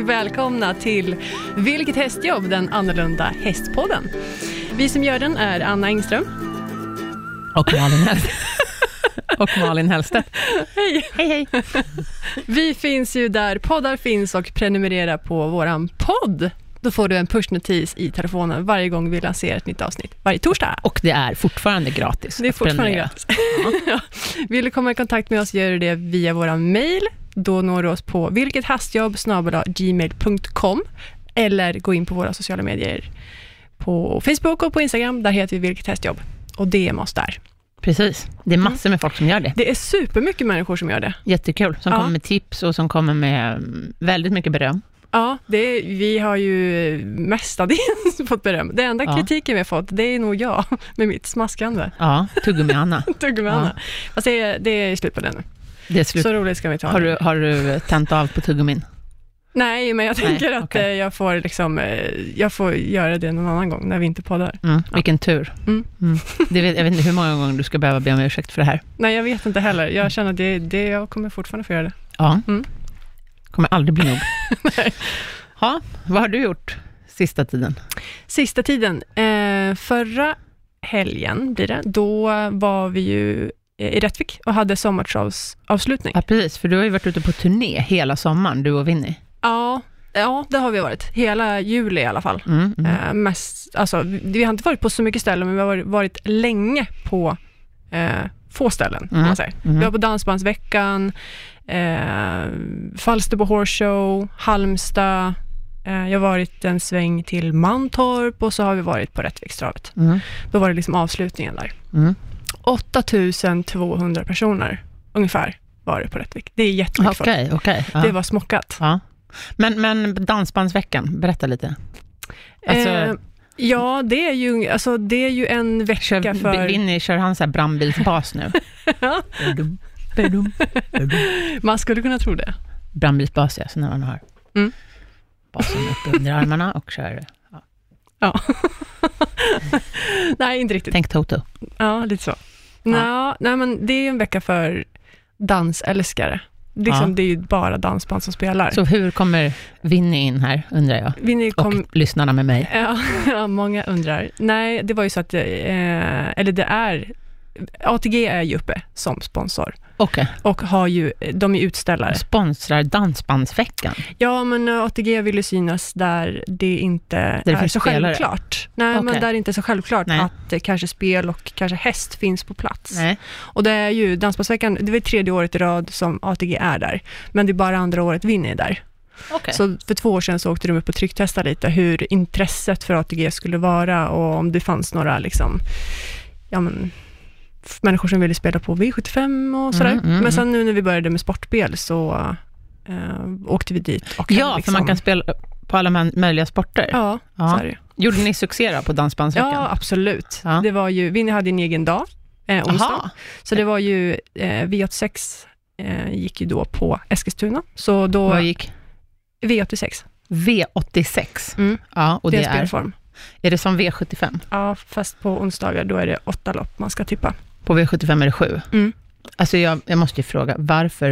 och välkomna till Vilket hästjobb, den annorlunda hästpodden. Vi som gör den är Anna Engström och Malin Hellstedt. Och Malin Hellstedt. Hej! Hej, hej! Vi finns ju där poddar finns och prenumerera på våran podd. Då får du en pushnotis i telefonen varje gång vi lanserar ett nytt avsnitt. Varje torsdag. Och det är fortfarande gratis. Det är fortfarande gratis. Ja. Vill du komma i kontakt med oss, gör du det via våra mejl. Då når du oss på vilkethastjobb@gmail.com eller gå in på våra sociala medier på Facebook och på Instagram. Där heter vi Vilket hästjobb. Och DM oss där. Precis. Det är massor med folk som gör det. Det är supermycket människor som gör det. Jättekul. Som kommer med tips och som kommer med väldigt mycket beröm. Ja, vi har ju mestadels fått beröm. Det enda kritiken vi har fått, det är nog jag med mitt smaskande. Ja, tuggummi Anna. Tuggummi Anna. Fast det är slut på det nu. Det är slut. Så roligt ska vi ta. Har du tänt av på tuggummin? Nej, men jag tänker att jag får göra det någon annan gång när vi inte poddar. Vilken tur. Jag vet inte hur många gånger du ska behöva be om ursäkt för det här. Nej, jag vet inte heller. Jag känner att jag kommer fortfarande få göra det. Ja. Kommer aldrig bli nog. Nej. Ja, vad har du gjort sista tiden? Sista tiden? Förra helgen blir det. Då var vi ju i Rättvik och hade sommartravsavslutning. Ja, precis. För du har ju varit ute på turné hela sommaren, du och Vinny. Ja, det har vi varit. Hela juli i alla fall. Vi har inte varit på så mycket ställen, men vi har varit länge på få ställen. Man säger. Vi var på Dansbandsveckan, Falsterbo Horse Show, Halmstad. Jag har varit en sväng till Mantorp och så har vi varit på Rättvikstravet. Då var det liksom avslutningen där. 8200 personer ungefär var det på Rättvik. Det är jättemycket folk. Okej. Det var smockat. Ja. Men Dansbandsveckan, berätta lite. Ja, det är ju en vecka för... Vinny, kör han så här brandbilsbas nu? Ja. Man skulle kunna tro det. Brandbilsbas, ja, så när man har basen upp under armarna och kör... Ja. Nej, inte riktigt. Tänk Toto. Ja, lite så. Nej, men det är en vecka för dansälskare. Det är ju bara dansband som spelar. Så hur kommer Vinny in här, undrar jag? Och lyssnarna med mig. Ja, många undrar. Nej, det var ju så att ATG är ju uppe som sponsor. Okay. Och de är utställare. Sponsrar Dansbandsveckan? Ja, men ATG vill ju synas där det inte är så självklart. Nej, men där det inte är så självklart att kanske spel och kanske häst finns på plats. Nej. Och det är ju Dansbandsveckan, det var 3:e året i rad som ATG är där. Men det är bara andra året Vinny är där. Okay. Så för 2 år sedan så åkte de upp och trycktestade lite hur intresset för ATG skulle vara och om det fanns några liksom, människor som ville spela på V75 och sådär. Men sen nu när vi började med sportspel så åkte vi dit. Och för man kan spela på alla möjliga sporter. Ja. Så är det. Gjorde ni succé då på Dansbandsveckan? Ja, absolut. Ja. Det var ju, Vinny hade en egen dag, onsdag. Så det var ju V86 gick ju då på Eskilstuna. Så då, vad gick? V86. V86? Ja, och det är spelform. Är det som V75? Ja, fast på onsdagar då är det 8 lopp man ska tippa. På V75 är det 7? Alltså jag måste ju fråga, varför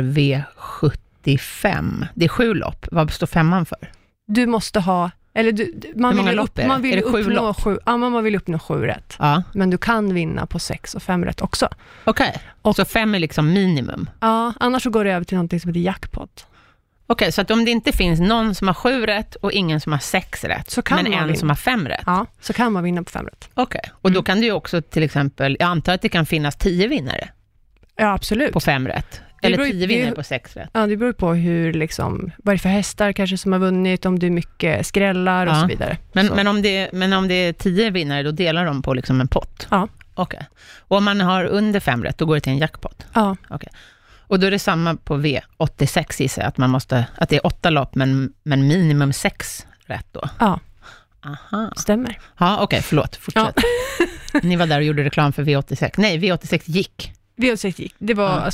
V75? Det är 7 lopp. Vad står 5:an för? Du måste ha... Eller hur många lopp är det? Man vill är det 7 lopp? Man vill uppnå 7 rätt. Ja. Men du kan vinna på 6 och 5 rätt också. Okej, så 5 är liksom minimum? Ja, annars så går det över till någonting som heter jackpot. Okej, så att om det inte finns någon som har 7 rätt och ingen som har 6 rätt, så kan men en vinna. Som har 5 rätt. Ja, så kan man vinna på 5 rätt. Okej, och då kan det ju också till exempel, jag antar att det kan finnas 10 vinnare. Ja, absolut. På 5 rätt. Eller 10 vinnare på 6 rätt. Ja, det beror på hur liksom, vad är det för hästar kanske som har vunnit, om det är mycket skrällar och så vidare. Men om det är 10 vinnare, då delar de på liksom en pott? Ja. Okej. Och om man har under 5 rätt, då går det till en jackpot? Ja. Okej. Och då är det samma på V86 i sig, att det är 8 lopp men minimum 6 rätt då. Ja. Aha. Stämmer. Ja, okej, förlåt. Fortsätt. Ja. Ni var där och gjorde reklam för V86. Nej, V86 gick. V86 gick. Det var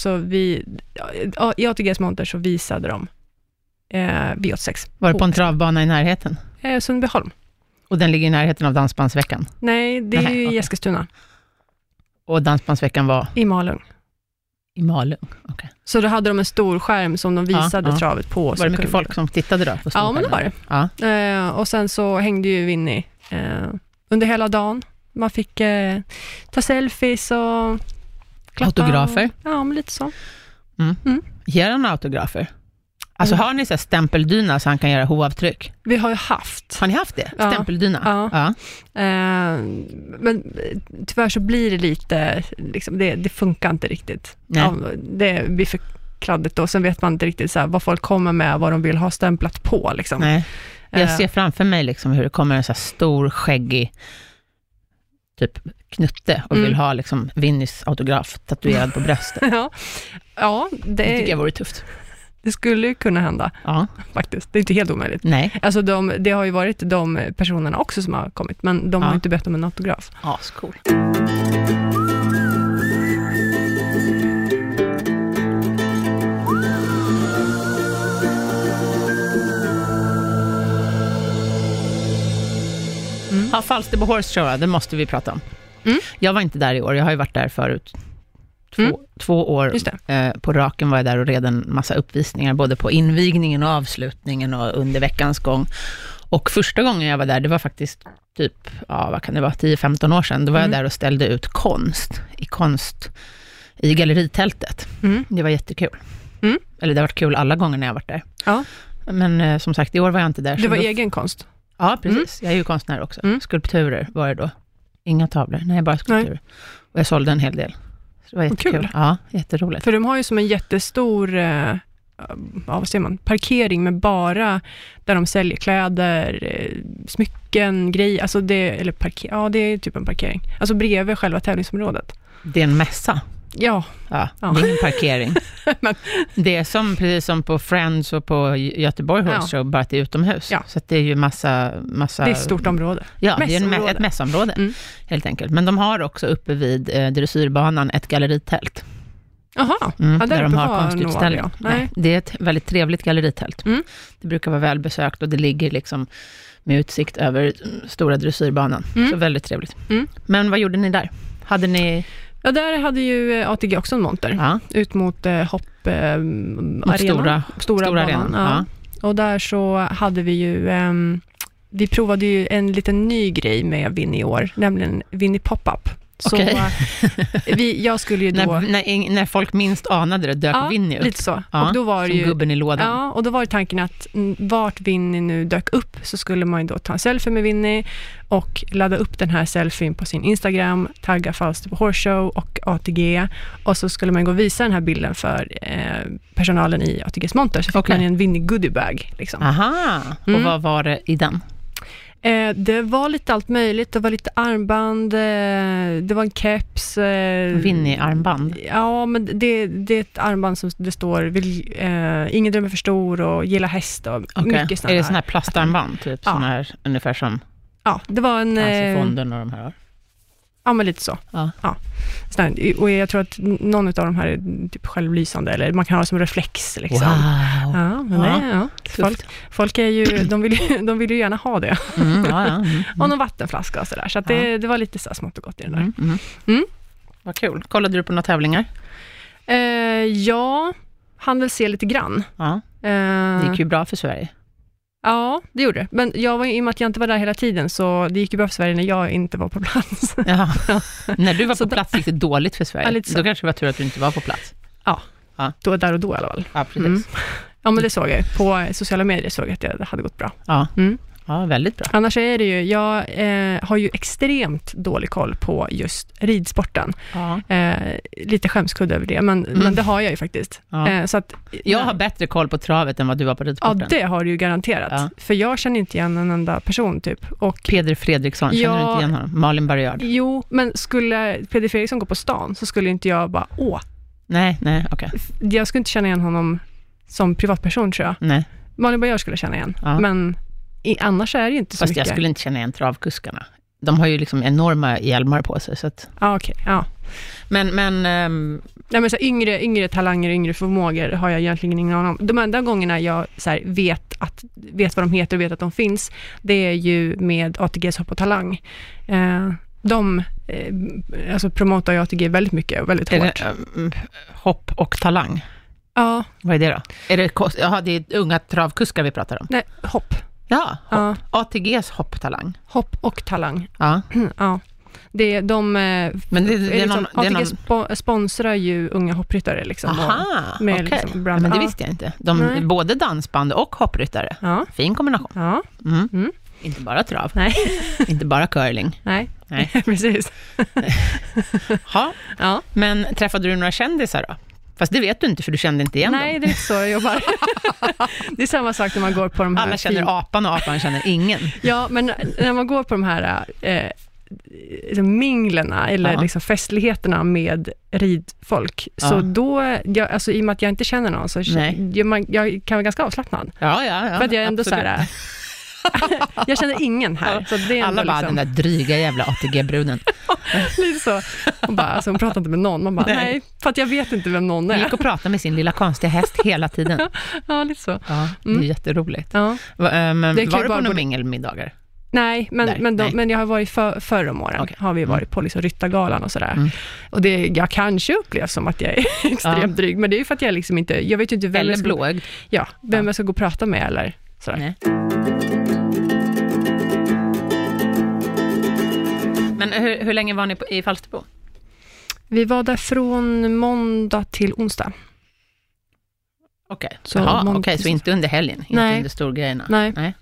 i ATGs monter så visade de V86. Var det på en travbana i närheten? Sundbyholm. Och den ligger i närheten av Dansbandsveckan? Nej, det är ju i Eskilstuna. Och Dansbandsveckan var? I Malung. I Malung, okej. Så då hade de en stor skärm som de visade travet på. Var det mycket folk som tittade då? Ja, men det var det. Ja. Och sen så hängde ju Winnie under hela dagen. Man fick ta selfies och klappa. Autografer? Ja, men lite så. Ger han autografer? Alltså har ni så här stämpeldyna så han kan göra hovavtryck? Vi har ju haft. Har ni haft det? Stämpeldyna? Ja. Men tyvärr så blir det lite, liksom, det funkar inte riktigt. Ja, det blir för kladdigt då. Sen vet man inte riktigt så här, vad folk kommer med, vad de vill ha stämplat på. Liksom. Nej. Jag ser framför mig liksom hur det kommer en så här stor, skäggig typ knutte och vill ha liksom Winnies autograf tatuerad på bröstet. Ja, det tycker jag vore tufft. Det skulle ju kunna hända, faktiskt. Det är inte helt omöjligt. Nej. Alltså det har ju varit de personerna också som har kommit, men de har inte bett om en autograf. Ja, cool. Falsterbo Horse Show, det måste vi prata om. Jag var inte där i år, jag har ju varit där förut. Två år på raken var jag där och redan en massa uppvisningar både på invigningen och avslutningen och under veckans gång. Och första gången jag var där, det var faktiskt typ, vad kan det vara, 10-15 år sedan. Då var jag där och ställde ut konst i galleritältet. Det var jättekul. Eller det har varit kul alla gånger när jag varit där. Ja. Men som sagt, i år var jag inte där. Det var egen konst? Ja, precis. Jag är ju konstnär också. Skulpturer var det då. Inga tavlor, nej, bara skulpturer. Och jag sålde en hel del. Det var jättekul. Kul. Ja, jätteroligt. För de har ju som en jättestor vad säger man, parkering med bara där de säljer kläder, smycken, grejer. Alltså det är typ en parkering. Alltså bredvid själva tävlingsområdet. Det är en mässa. Ja. Det är ingen parkering. Men det är precis som på Friends och på Göteborg Horse Show, bara att det är utomhus. Ja. Så att det är ju massa... Det är ett stort område. Ja, det är ett mässområde, helt enkelt. Men de har också uppe vid dressyrbanan ett galleritält. Jaha, där de har konstutställning. Nej, det är ett väldigt trevligt galleritält. Det brukar vara välbesökt och det ligger liksom med utsikt över stora dressyrbanan. Så väldigt trevligt. Men vad gjorde ni där? Hade ni... Ja, där hade ju ATG också en monter. Ut mot stora banan. Ja. Och där så hade vi ju... vi provade ju en liten ny grej med Winnie i år, nämligen Winnie Pop-Up. Så jag skulle ju då... när folk minst anade det dök Winnie upp. Lite så. Och då var det ju gubben i lådan. Ja, och då var det tanken att vart Winnie nu dök upp så skulle man ju då ta en selfie med Winnie och ladda upp den här selfien på sin Instagram, tagga Falsterbo Horse Show och ATG, och så skulle man gå och visa den här bilden för personalen i ATGs monter, så fick man en Winnie goodiebag liksom. Aha, och vad var det i den? Det var lite allt möjligt. Det var lite armband, det var en keps. Winnie-armband? Ja, men det är ett armband som det står ingen drömmer för stor och gillar häst och mycket sådana. Är det sån här plastarmband? Typ sån här, ungefär som det var en... Cancerfonden och de här. Ja, men lite så. Ja. Och jag tror att någon av de här är typ självlysande, eller man kan ha det som reflex liksom. Wow. Ja, men folk är ju, de vill ju gärna ha det. Och någon vattenflaska och sådär. Så att det var lite så smått och gott i den där. Vad kul. Kollade du på några tävlingar? Ja, han vill se lite grann. Ja. Det gick ju bra för Sverige. Ja, det gjorde det. Men i och med att jag inte var där hela tiden, så det gick ju bra för Sverige när jag inte var på plats. När du var på plats gick det dåligt för Sverige. Då kanske det var tur att du inte var på plats. Ja. Där och då i alla fall. Ja, precis. Ja, men det såg jag. På sociala medier såg jag att det hade gått bra. Ja, väldigt bra. Annars är det ju, jag har ju extremt dålig koll på just ridsporten. Lite skämskudd över det, men det har jag ju faktiskt. Så att, jag har bättre koll på travet än vad du har på ridsporten. Ja, det har du ju garanterat. För jag känner inte igen en enda person typ. Och Peder Fredriksson, känner du inte igen honom? Malin Barriard. Jo, men skulle Peder Fredriksson gå på stan så skulle inte jag bara, Nej, okej. Jag skulle inte känna igen honom som privatperson, tror jag. Nej. Malin Barriard skulle känna igen, men annars är det ju inte så mycket. Fast jag skulle inte känna igen travkuskarna. De har ju liksom enorma hjälmar på sig. Så att... okej. Men så yngre talanger, yngre förmågor har jag egentligen ingen aning om. De enda gångerna jag så här, vet vad de heter och vet att de finns, det är ju med ATGs Hopp och Talang. De alltså promotar jag ATG väldigt mycket och väldigt hårt. Hopp och talang? Ja. Vad är det då? Det är unga travkuskar vi pratar om? Nej, hopp. Ja, hopp. Ja. ATGs hopptalang. Hopp och talang. Ja. Ja. Det är de... Men ATG sponsrar ju unga hoppryttare. Liksom, aha, okej. Liksom men det visste jag inte. Både dansband och hoppryttare. Ja. Fin kombination. Ja. Inte bara trav. Nej. Inte bara curling. Nej. Precis. Ja. Men träffade du några kändisar då? Fast det vet du inte, för du kände inte igen dem. Nej, det är inte så jag jobbar. Det är samma sak när man går på de här... Alla känner apan och apan känner ingen. Ja, men när man går på de här minglerna eller liksom festligheterna med ridfolk, så då, alltså, i och med att jag inte känner någon, så jag kan vara ganska avslappnad. Ja. För att jag är ändå så här... jag känner ingen här. Så det är alla bara liksom... den där dryga jävla ATG-bruden. Lite så. Hon bara, alltså, hon pratar inte med någon. Man bara, nej, för att jag vet inte vem någon är. Hon gick och pratade med sin lilla konstiga häst hela tiden. Ja, lite så. Ja, det är jätteroligt. Ja. Men var du på några mingelmiddagar? Nej, men jag har varit förra om åren. Har vi varit på liksom Ryttargalan och sådär. Och jag kanske upplevs som att jag är extremt dryg, men det är ju för att jag liksom inte, jag vet ju inte vem eller blåögd. Ja, vem jag ska gå och prata med eller sådär. Nej. Men hur länge var ni i Falsterbo? Vi var där från måndag till onsdag. Okej, så inte under helgen, inte under storgrejerna. Nej.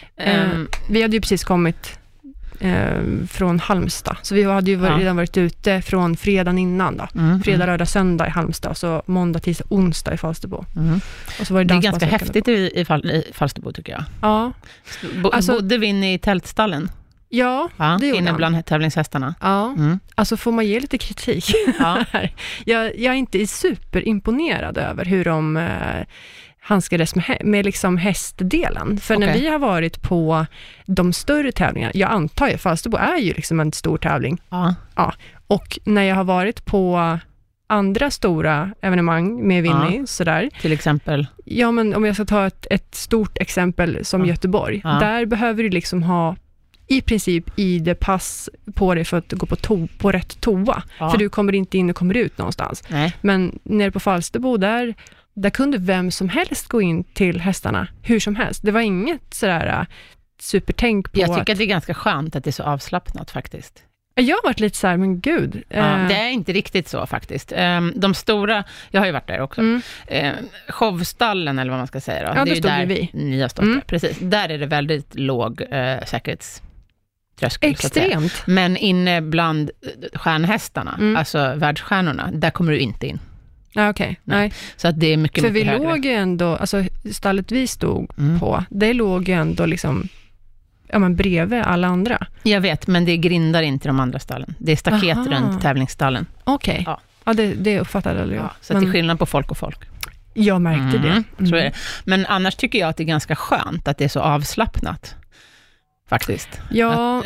Vi hade ju precis kommit från Halmstad. Så vi hade ju redan varit ute från fredagen innan då. Fredag, lördag, söndag i Halmstad. Och så måndag, tisdag, onsdag i Falsterbo. Och så var det är ganska häftigt i Falsterbo tycker jag. Ja. Bodde vi inne i tältstallen? Ja, det gjorde inne bland tävlingshästarna. Ja, alltså får man ge lite kritik. Ja. jag är inte superimponerad över hur de handskades med liksom hästdelen. För när vi har varit på de större tävlingarna, jag antar ju, Falsterbo är ju liksom en stor tävling. Ja. Och när jag har varit på andra stora evenemang med Winnie, sådär. Till exempel? Ja, men om jag ska ta ett stort exempel som Göteborg. Där behöver du liksom ha i princip ID-pass på dig för att gå på rätt toa. För du kommer inte in och kommer ut någonstans. Nej. Men nere på Falsterbo, där kunde vem som helst gå in till hästarna hur som helst. Det var inget sådär supertänk på. Jag tycker att det är ganska skönt att det är så avslappnat faktiskt. Jag har varit lite så här, men gud. Det är inte riktigt så faktiskt. De stora, jag har ju varit där också. Showstallen eller vad man ska säga då. Ja, det är ju där vi. Ni har stått där. Precis. Där är det väldigt låg säkerhetströskel. Extremt. Men inne bland stjärnhästarna, alltså världsstjärnorna, där kommer du inte in. Ja, okej. Nej. Så att det är mycket, för mycket högre. För vi låg ju ändå, alltså stallet vi stod på, det låg ju ändå liksom bredvid alla andra. Jag vet, men det grindar inte de andra stallen. Det är staket runt tävlingsstallen. Okej. Ja, det uppfattade jag. Ja, så det är skillnad på folk och folk. Jag märkte det. Så är det. Men annars tycker jag att det är ganska skönt att det är så avslappnat. Faktiskt. Ja,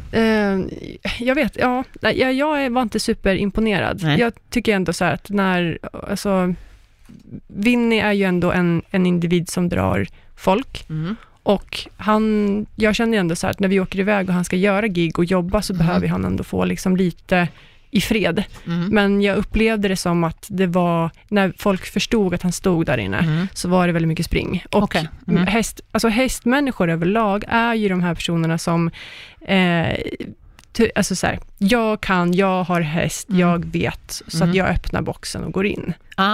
jag vet. Ja, jag var inte superimponerad. Nej. Jag tycker ändå så här att Winnie är ju ändå en individ som drar folk. Och jag känner ändå så här att när vi åker iväg och han ska göra gig och jobba, så behöver han ändå få liksom lite i fred. Men jag upplevde det som att det var, när folk förstod att han stod där inne, så var det väldigt mycket spring. Och hästmänniskor överlag är ju de här personerna som alltså så här, jag har häst, jag vet, så att jag öppnar boxen och går in.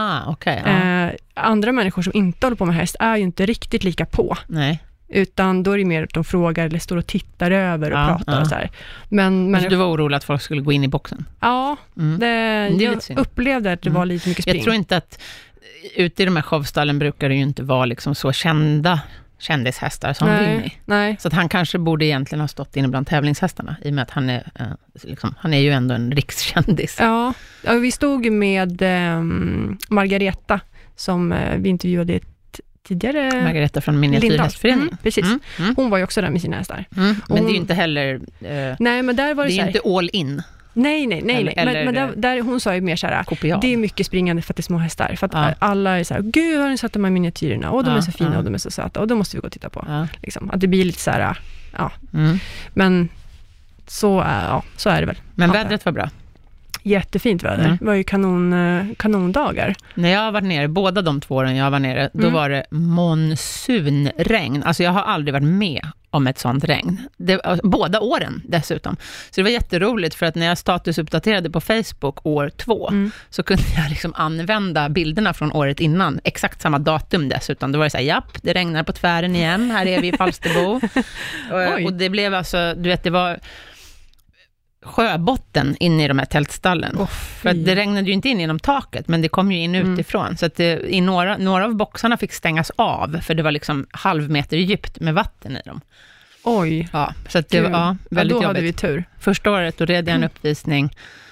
Andra människor som inte håller på med häst är ju inte riktigt lika på. Nej. Utan då är det mer att de frågar eller står och tittar över och pratar och så här. Men så du var orolig att folk skulle gå in i boxen? Ja, jag upplevde att det var lite mycket spring. Jag tror inte att ute i de här showstallen brukar det ju inte vara liksom så kända kändishästar som Winnie. Nej. Så att han kanske borde egentligen ha stått inne bland tävlingshästarna, i och med att han är ju ändå en rikskändis. Ja, vi stod med Margareta som vi intervjuade tidigare. Margareta från Miniatyrhästföreningen. Precis. Hon var ju också där med sina hästar. Men det är ju inte heller nej, men där var det är inte all in. Nej. Men där hon sa ju mer så här, det är mycket springande för att det är små hästar. För att alla är så här, gud, har ni sett de här miniatyrerna? Och de är så fina och de är så söta. Och då måste vi gå och titta på. Liksom. Att det blir lite så här, men så är det väl. Men vädret var bra? Jättefint väder. Det var ju kanondagar. När jag har varit nere, båda de 2 åren jag var nere, då var det monsunregn. Alltså jag har aldrig varit med om ett sånt regn. Båda åren dessutom. Så det var jätteroligt för att när jag statusuppdaterade på Facebook år 2 så kunde jag liksom använda bilderna från året innan. Exakt samma datum dessutom. Då var det så här, japp, det regnar på tvären igen. Här är vi i Falsterbo. och det blev alltså, du vet, det var sjöbotten in i de här tältstallen. För att det regnade ju inte in genom taket, men det kom ju in utifrån. Så att i några av boxarna fick stängas av, för det var liksom halvmeter djupt med vatten i dem. Oj. Ja, så att det var väldigt då jobbigt. Hade vi tur. Första året då red jag en uppvisning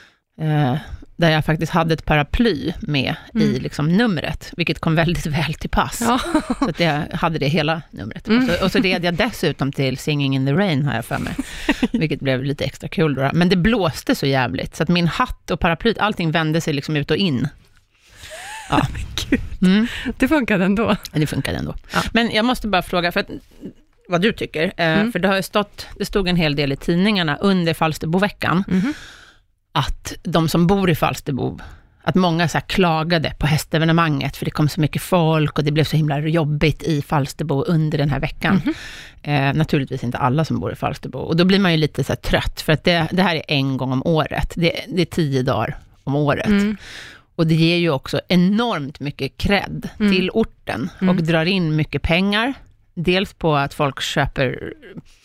där jag faktiskt hade ett paraply med i liksom numret, vilket kom väldigt väl till pass. Ja. Så att jag hade det hela numret. Och så red jag dessutom till Singing in the Rain, har jag för mig. Vilket blev lite extra kul då. Men det blåste så jävligt, så att min hatt och paraplyt, allting vände sig liksom ut och in. Ja. Gud. Det funkade ändå. Det funkade ändå. Ja. Men jag måste bara fråga, för att, vad du tycker. För det stod en hel del i tidningarna under Falsterbo-veckan. Att de som bor i Falsterbo, att många så här klagade på hästevenemanget för det kom så mycket folk och det blev så himla jobbigt i Falsterbo under den här veckan. Naturligtvis inte alla som bor i Falsterbo. Och då blir man ju lite så här trött, för att det här är en gång om året. Det är 10 dagar om året. Och det ger ju också enormt mycket cred till orten och drar in mycket pengar. Dels på att folk köper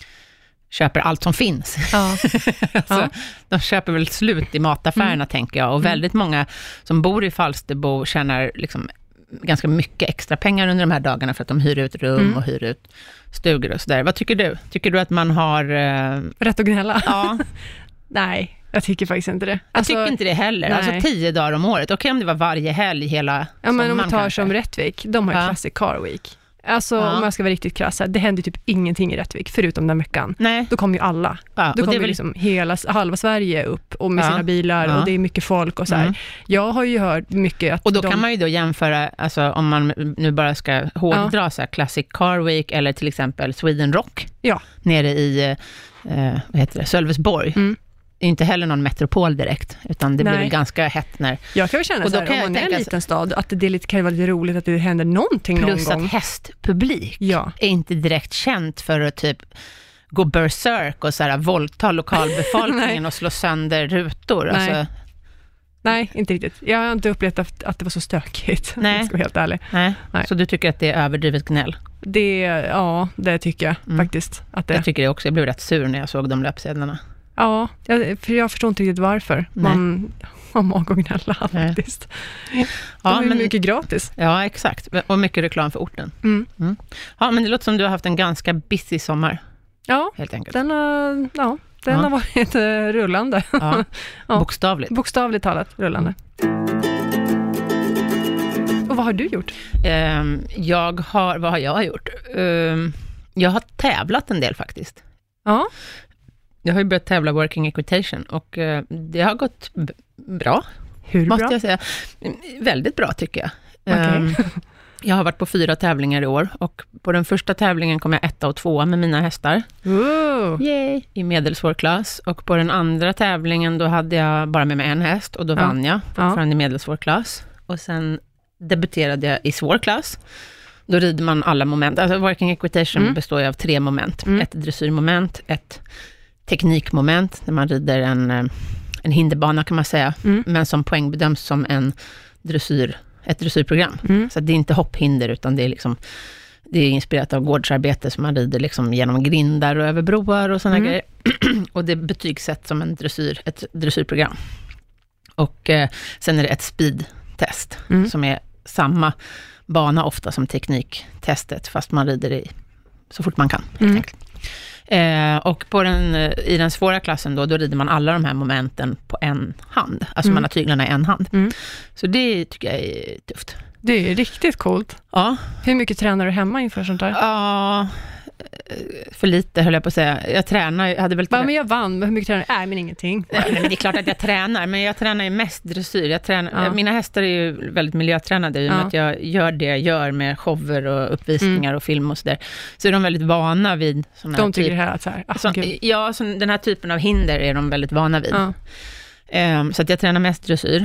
allt som finns. Ja. Alltså, de köper väl slut i mataffärerna, tänker jag. Och väldigt många som bor i Falsterbo tjänar liksom ganska mycket extra pengar under de här dagarna för att de hyr ut rum och hyr ut stugor och sådär. Vad tycker du? Tycker du att man har... Rätt att gnälla? Ja. Nej, jag tycker faktiskt inte det. Jag tycker inte det heller. Nej. Alltså 10 dagar om året. Okej, om det var varje helg hela sommaren. Men om man tar som Rättvik, de har ju Classic Car Week. Alltså om jag ska vara riktigt krass, det händer typ ingenting i Rättvik förutom den veckan. Nej. Då kommer ju alla. Då kommer väl liksom halva Sverige upp och med sina bilar och det är mycket folk och så här. Jag har ju hört mycket att... Och då kan man ju då jämföra, alltså om man nu bara ska hårdra så här Classic Car Week eller till exempel Sweden Rock nere i vad heter det, Sölvesborg. Det är inte heller någon metropol direkt, utan det blir väl ganska hett när... Jag kan väl känna så här, om man är en liten stad, att det kan vara lite roligt att det händer någonting någon gång. Plus att hästpublik är inte direkt känt för att typ gå berserk och så här våldta lokalbefolkningen och slå sönder rutor. Nej. Alltså... Nej, inte riktigt. Jag har inte upplevt att det var så stökigt. Nej. Jag ska vara helt ärlig. Nej. Så du tycker att det är överdrivet gnäll? Det tycker jag faktiskt. Att det... Jag tycker det också. Jag blev rätt sur när jag såg de löpsedlarna. Ja, för jag förstår inte riktigt varför man har mag och gnälla faktiskt. Ja, men mycket gratis. Ja, exakt. Och mycket reklam för orten. Ja, men det låter som du har haft en ganska busy sommar. Ja, helt enkelt. Den har varit rullande. Ja, bokstavligt. Bokstavligt talat rullande. Och vad har du gjort? Vad har jag gjort? Jag har tävlat en del faktiskt. Ja. Jag har ju börjat tävla Working Equitation och det har gått bra. Hur bra? Måste jag säga. Väldigt bra tycker jag. Okay. Jag har varit på 4 tävlingar i år och på den första tävlingen kom jag 1 och 2 med mina hästar. Yay! I medelsvår klass. Och på den andra tävlingen då hade jag bara med mig en häst och då vann jag fortfarande i medelsvår klass. Och sen debuterade jag i svår klass. Då rider man alla moment. Alltså Working Equitation består ju av 3 moment. Ett dressyrmoment, ett teknikmoment när man rider en hinderbana kan man säga, men som poängbedöms som ett dressyrprogram. Så det är inte hopphinder utan det är inspirerat av gårdsarbete som man rider liksom genom grindar och över broar och sådana grejer. Och det betygsätts som ett dressyrprogram. Och sen är det ett speedtest som är samma bana ofta som tekniktestet fast man rider i så fort man kan helt enkelt. Och i den svåra klassen då rider man alla de här momenten på en hand. Alltså man har tyglarna i en hand. Så det tycker jag är tufft. Det är riktigt coolt. Ja. Hur mycket tränar du hemma inför sånt där? Ja, för lite, höll jag på att säga. Jag tränar, jag hade väl... Men jag vann, men hur mycket tränar jag? Men ingenting. Nej, men det är klart att jag tränar, men jag tränar ju mest dressyr. Mina hästar är ju väldigt miljötränade i och med att jag gör det jag gör med shower och uppvisningar och film och sådär. Så är de väldigt vana vid sådana de tycker det här att så här, så den här typen av hinder är de väldigt vana vid. Så att jag tränar mest dressyr.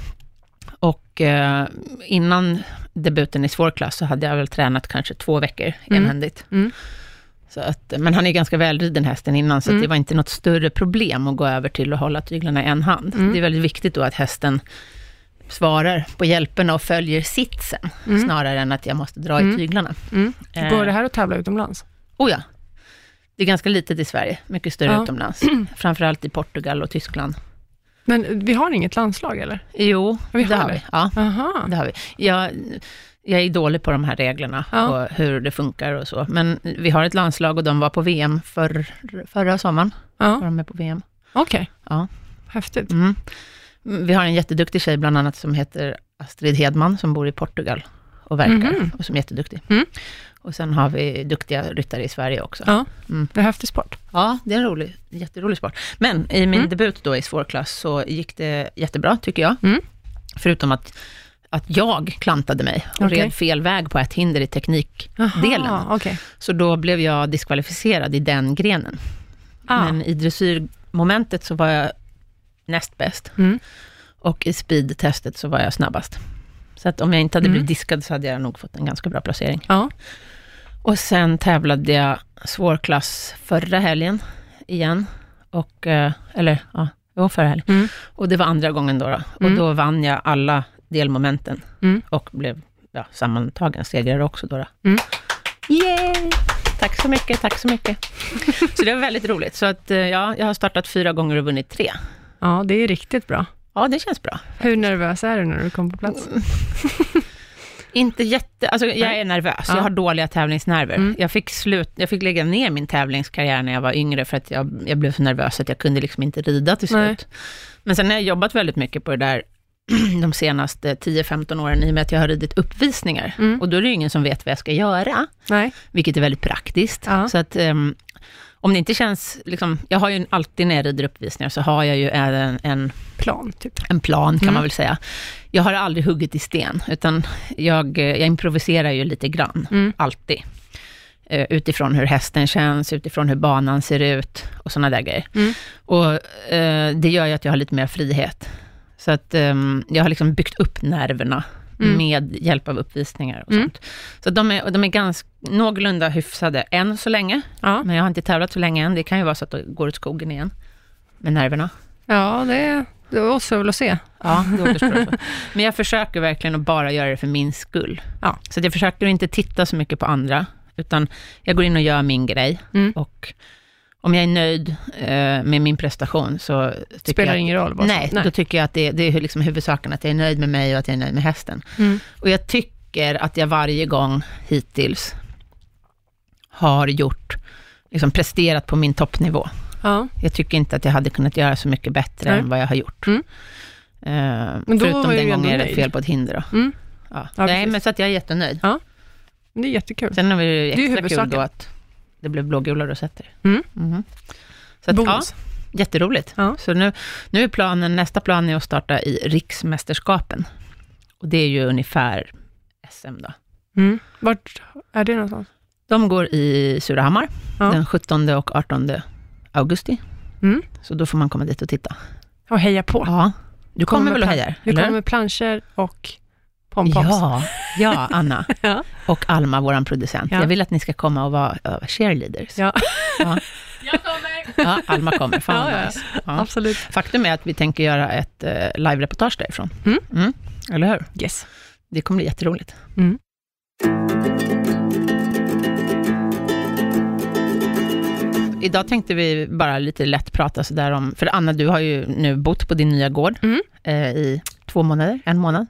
Och innan debuten i svårklass så hade jag väl tränat kanske 2 veckor enhändigt. Så att, men han är ganska välriden hästen innan, så att det var inte något större problem att gå över till att hålla tyglarna i en hand. Det är väldigt viktigt då att hästen svarar på hjälperna och följer sitsen snarare än att jag måste dra i tyglarna. Går det här att tävla utomlands? Oh ja, det är ganska litet i Sverige, mycket större utomlands. Framförallt i Portugal och Tyskland. Men vi har inget landslag, eller? Jo, det har vi. Ja, det har vi. Jag är dålig på de här reglerna och hur det funkar och så. Men vi har ett landslag och de var på VM förra sommaren. Var de med på VM. Okej. Ja. Häftigt. Vi har en jätteduktig tjej bland annat som heter Astrid Hedman som bor i Portugal och verkar och som är jätteduktig. Och sen har vi duktiga ryttare i Sverige också. Ja, det är häftig sport. Ja, det är en jätterolig sport. Men i min debut då i svårklass så gick det jättebra tycker jag. Förutom att jag klantade mig och red fel väg på ett hinder i teknikdelen. Så då blev jag diskvalificerad i den grenen. Men i dressyrmomentet så var jag näst bäst. Och i speedtestet så var jag snabbast. Så att om jag inte hade blivit diskad så hade jag nog fått en ganska bra placering. Och sen tävlade jag svårklass förra helgen igen. Och, förra helgen. Och det var andra gången då. Och då vann jag alla delmomenten. Och blev sammantagen segrare också då. Yay! Tack så mycket. Så det var väldigt roligt. Så att jag har startat 4 gånger och vunnit 3. Ja, det är riktigt bra. Ja, det känns bra. Hur nervös är du när du kom på plats? Inte alltså jag är nervös. Jag har dåliga tävlingsnerver. Jag fick lägga ner min tävlingskarriär när jag var yngre för att jag blev så nervös att jag kunde liksom inte rida till slut. Men sen har jag jobbat väldigt mycket på det där de senaste 10-15 åren i och med att jag har ridit uppvisningar. Och då är det ju ingen som vet vad jag ska göra. Vilket är väldigt praktiskt. Så att om det inte känns, liksom, jag har ju alltid när jag rider uppvisningar så har jag ju en plan typ. En plan kan man väl säga. Jag har aldrig huggit i sten utan jag improviserar ju lite grann, alltid. Utifrån hur hästen känns, utifrån hur banan ser ut och sådana där grejer. Och det gör ju att jag har lite mer frihet. Så att jag har liksom byggt upp nerverna med hjälp av uppvisningar och sånt. Så de är ganska någorlunda hyfsade än så länge. Men jag har inte tävlat så länge än. Det kan ju vara så att det går åt skogen igen med nerverna. Ja, det återstår väl att se. Ja, det återstår. Men jag försöker verkligen att bara göra det för min skull. Så att jag försöker inte titta så mycket på andra. Utan jag går in och gör min grej. Och om jag är nöjd med min prestation så spelar det ingen roll. Nej, då tycker jag att det är liksom huvudsaken att jag är nöjd med mig och att jag är nöjd med hästen. Och jag tycker att jag varje gång hittills har liksom presterat på min toppnivå. Jag tycker inte att jag hade kunnat göra så mycket bättre än vad jag har gjort. Men förutom den gången jag är fel på ett hinder. Nej, men så att jag är jättenöjd. Det är jättekul. Sen är det extra kul då att det blev blågula rosetter. Så att, jätteroligt. Så nu är nästa plan är att starta i riksmästerskapen. Och det är ju ungefär SM då. Vart är det någonstans? De går i Surahammar den 17 och 18 augusti. Så då får man komma dit och titta. Och heja på. Du kommer väl och hejar? Vi kommer med planscher och pompoms. Ja, Anna. Och Alma, våran producent. Jag vill att ni ska komma och vara cheerleaders. Jag kommer. Ja, Alma kommer. Fan nice. Absolut. Faktum är att vi tänker göra ett live-reportage därifrån. Eller hur? Yes. Det kommer bli jätteroligt. Idag tänkte vi bara lite lätt prata så där om, för Anna, du har ju nu bott på din nya gård i 2 månader, 1 månad.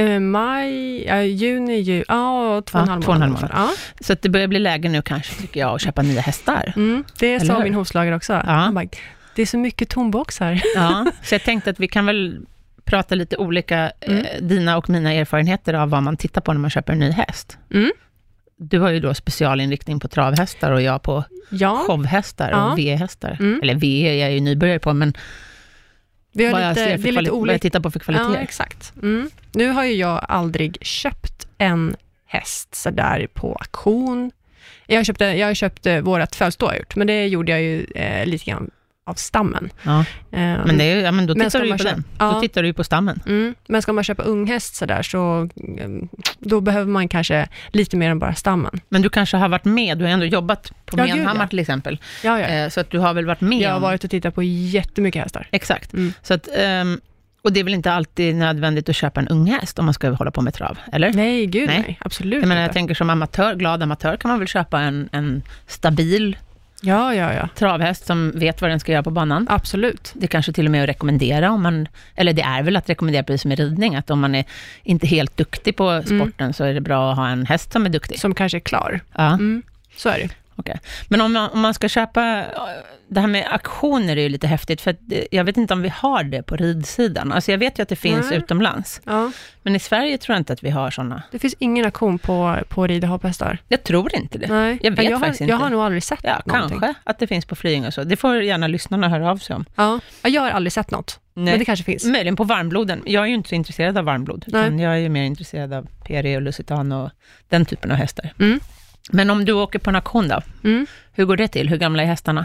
Juni, 2,5 månader. Så att det börjar bli läge nu kanske, tycker jag, att köpa nya hästar. Det sa min hovslagare också. Det är så mycket tomboxar. Så jag tänkte att vi kan väl prata lite olika dina och mina erfarenheter av vad man tittar på när man köper en ny häst. du har ju då specialinriktning på travhästar och jag på showhästar och V-hästar. Eller V är jag ju nybörjare på, men vi har lite vad jag tittar på för kvalitet. Ja, exakt. Nu har ju jag aldrig köpt en häst så där på auktion. Jag har köpt vårat födelsedag har jag gjort, men det gjorde jag ju lite grann av stammen. Ja. Men, då tittar du ju på den. Ja. Då tittar du ju på stammen. Men ska man köpa unghäst så där, så då behöver man kanske lite mer än bara stammen. Men du kanske har varit med, du har ändå jobbat på Menhammar till exempel. Ja. Så att du har väl varit med. Jag har varit och tittat på jättemycket hästar. Exakt. Så att, och det är väl inte alltid nödvändigt att köpa en unghäst om man ska hålla på med trav, eller? Nej, absolut inte. Jag tänker som glad amatör kan man väl köpa en stabil travhäst som vet vad den ska göra på banan. Absolut. Det kanske till och med att rekommendera eller det är väl att rekommendera precis som i ridning, att om man är inte helt duktig på sporten så är det bra att ha en häst som är duktig. Som kanske är klar. Ja. Så är det. Okay. Men om man ska köpa, det här med auktioner är ju lite häftigt, för att jag vet inte om vi har det på ridsidan. Alltså jag vet ju att det finns utomlands. Ja. Men i Sverige tror jag inte att vi har sådana. Det finns ingen auktion på rid- och hopphästar. Jag tror inte det. Nej. Jag vet faktiskt inte. Jag har nog aldrig sett någonting. Kanske att det finns på Flying och så. Det får gärna lyssnarna höra av sig om. Ja, jag har aldrig sett något. Nej. Men det kanske finns. Möjligen på varmbloden. Jag är ju inte så intresserad av varmblod. Utan jag är ju mer intresserad av PRE och Lusitan och den typen av hästar. Men om du åker på en auktion då, hur går det till? Hur gamla är hästarna?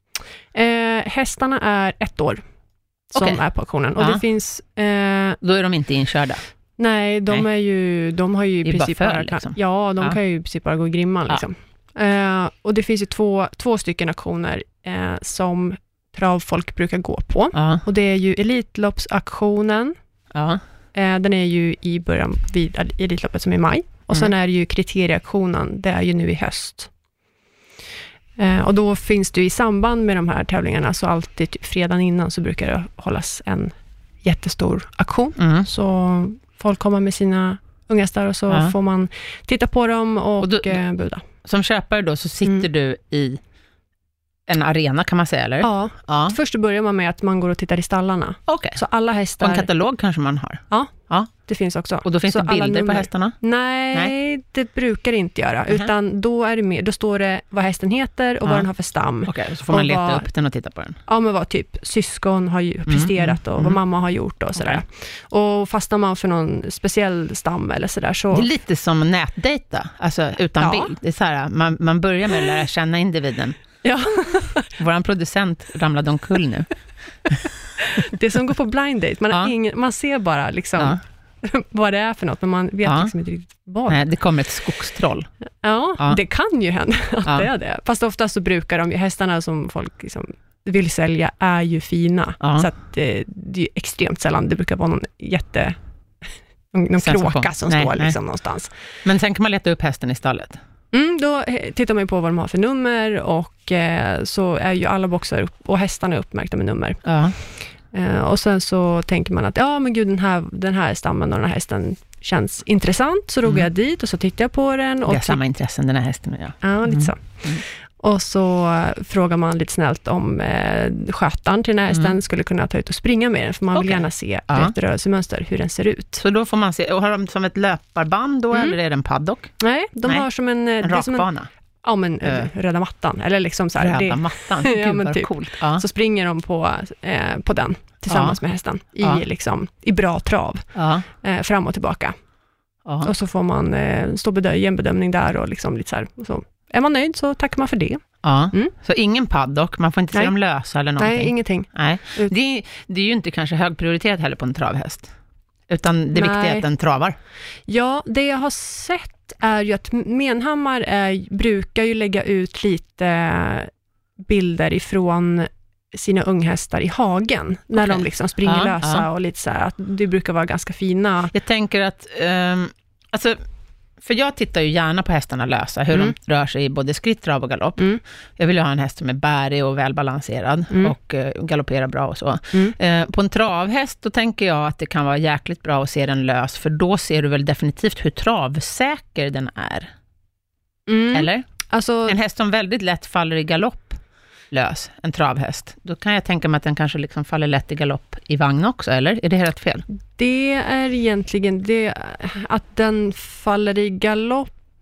Hästarna är 1 år som är på auktionen. Och det finns... Då är de inte inkörda? Nej, de har ju i princip bara liksom. kan ju i princip bara gå i grimman. Liksom. Och det finns ju två stycken auktioner som travfolk brukar gå på. Och det är ju Elitloppsauktionen. Den är ju i början vid Elitloppet som är i maj. Och sen är det ju kriterieauktionen, det är ju nu i höst. Och då finns det ju i samband med de här tävlingarna, så alltid typ fredagen innan så brukar det hållas en jättestor auktion. Så folk kommer med sina unghästar och så får man titta på dem och buda. Som köpare då så sitter du i en arena kan man säga, eller? Ja. Först börjar man med att man går och tittar i stallarna. Okay. Så alla hästar... Och en katalog kanske man har? Ja. Det finns också. Och då finns det bilder på hästarna? Nej, det brukar det inte göra. Utan då är det med, då står det vad hästen heter och vad den har för stam. Okej, så får man leta upp den och titta på den. Ja, men vad typ syskon har ju presterat och vad mamma har gjort och sådär. Och fastnar man för någon speciell stam eller sådär så... Det är lite som nätdata, alltså utan bild. Det är så här, man börjar med att lära känna individen. Ja. Våran producent ramlade omkull nu. Det som går på blind date, man ser bara liksom vad det är för något, men man vet liksom inte riktigt vad. Nej, det kommer ett skogstroll. Ja, det kan ju hända att det är det. Fast oftast så brukar de hästarna som folk liksom vill sälja är ju fina. Så att det är ju extremt sällan. Det brukar vara någon kråka som står liksom någonstans. Men sen kan man leta upp hästen i stallet. Då tittar man ju på vad de har för nummer och så är ju alla boxar och hästarna uppmärkta med nummer. Och sen så tänker man att men gud, den här stammen och den här hästen känns intressant, så då går jag dit och så tittar jag på den. Och det är samma intressen den här hästen och jag. Ja, lite så. Och så frågar man lite snällt om skötaren till den här hästen skulle kunna ta ut och springa med den, för man vill gärna se ett rörelsemönster, hur den ser ut. Så då får man se, och har de som ett löparband då, eller är det en paddock? Nej, de har som en rakbana. Ja, men röda mattan. Eller liksom så här, röda mattan, gud vad typ. Coolt. Så springer de på den tillsammans med hästen i bra trav. Fram och tillbaka. Och så får man ge en bedömning där och liksom lite så här. Och så är man nöjd så tackar man för det. Så ingen paddock, man får inte se dem lösa eller någonting. Nej, ingenting. Nej. Det är ju inte kanske högprioritet heller på en travhäst. Utan det viktiga är att den travar. Ja, det jag har sett är ju att Menhammar brukar ju lägga ut lite bilder ifrån sina unghästar i hagen. När de liksom springer lösa och lite så här. Att det brukar vara ganska fina. Jag tänker att... alltså, för jag tittar ju gärna på hästarna lösa, hur de rör sig i både skritt, trav och galopp. Jag vill ju ha en häst som är bärig och välbalanserad och galopperar bra och så. På en travhäst då tänker jag att det kan vara jäkligt bra att se den lös, för då ser du väl definitivt hur travsäker den är. Eller? Alltså, en häst som väldigt lätt faller i galopp lös, en travhäst, då kan jag tänka mig att den kanske liksom faller lätt i galopp i vagn också, eller? Är det helt fel? Det är egentligen det att den faller i galopp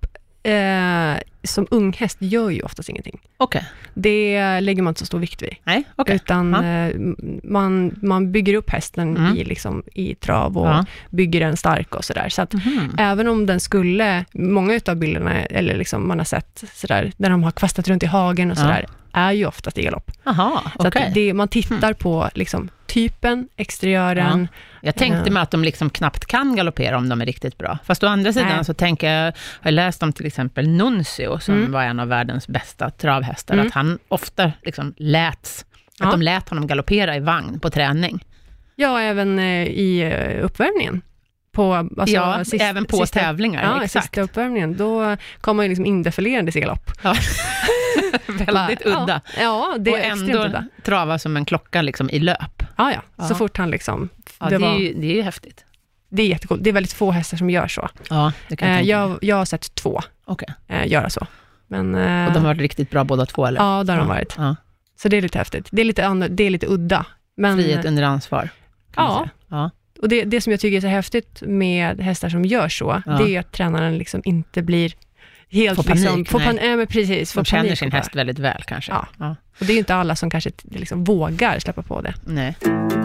som ung häst gör ju oftast ingenting. Okay. Det lägger man inte så stor vikt vid. Nej, okay. Utan man bygger upp hästen i trav och bygger den stark och sådär. Så att även om den skulle, många utav bilderna, eller liksom man har sett sådär, där de har kvastat runt i hagen och sådär, är ju oftast i galopp. Aha, så att man tittar på liksom typen, exteriören. Jag tänkte mig att de liksom knappt kan galoppera om de är riktigt bra. Fast å andra sidan så tänker jag har läst om till exempel Nuncio som var en av världens bästa travhästar, att han ofta liksom att de lät honom galoppera i vagn på träning. Ja, även i uppvärmningen. Även på tävlingar. Ja, exakt. Sista uppvärmningen. Då kommer man liksom indefilerande i galopp. Ja. Väldigt udda. Ja, det är och ändå udda. Trava som en klocka liksom i löp. Ja. Så fort han liksom... Ja, det är ju häftigt. Det är jättegott. Det är väldigt få hästar som gör så. Ja, det kan jag har sett 2 göra så. Men, och de har varit riktigt bra båda 2, eller? Ja, det har de varit. Ja. Så det är lite häftigt. Det är lite udda. Men, frihet under ansvar. Ja. Och det som jag tycker är så häftigt med hästar som gör så, det är att tränaren liksom inte blir helt... Får panik. Precis. De känner sin häst väldigt väl kanske. Ja. Och det är ju inte alla som kanske liksom vågar släppa på det. Nej.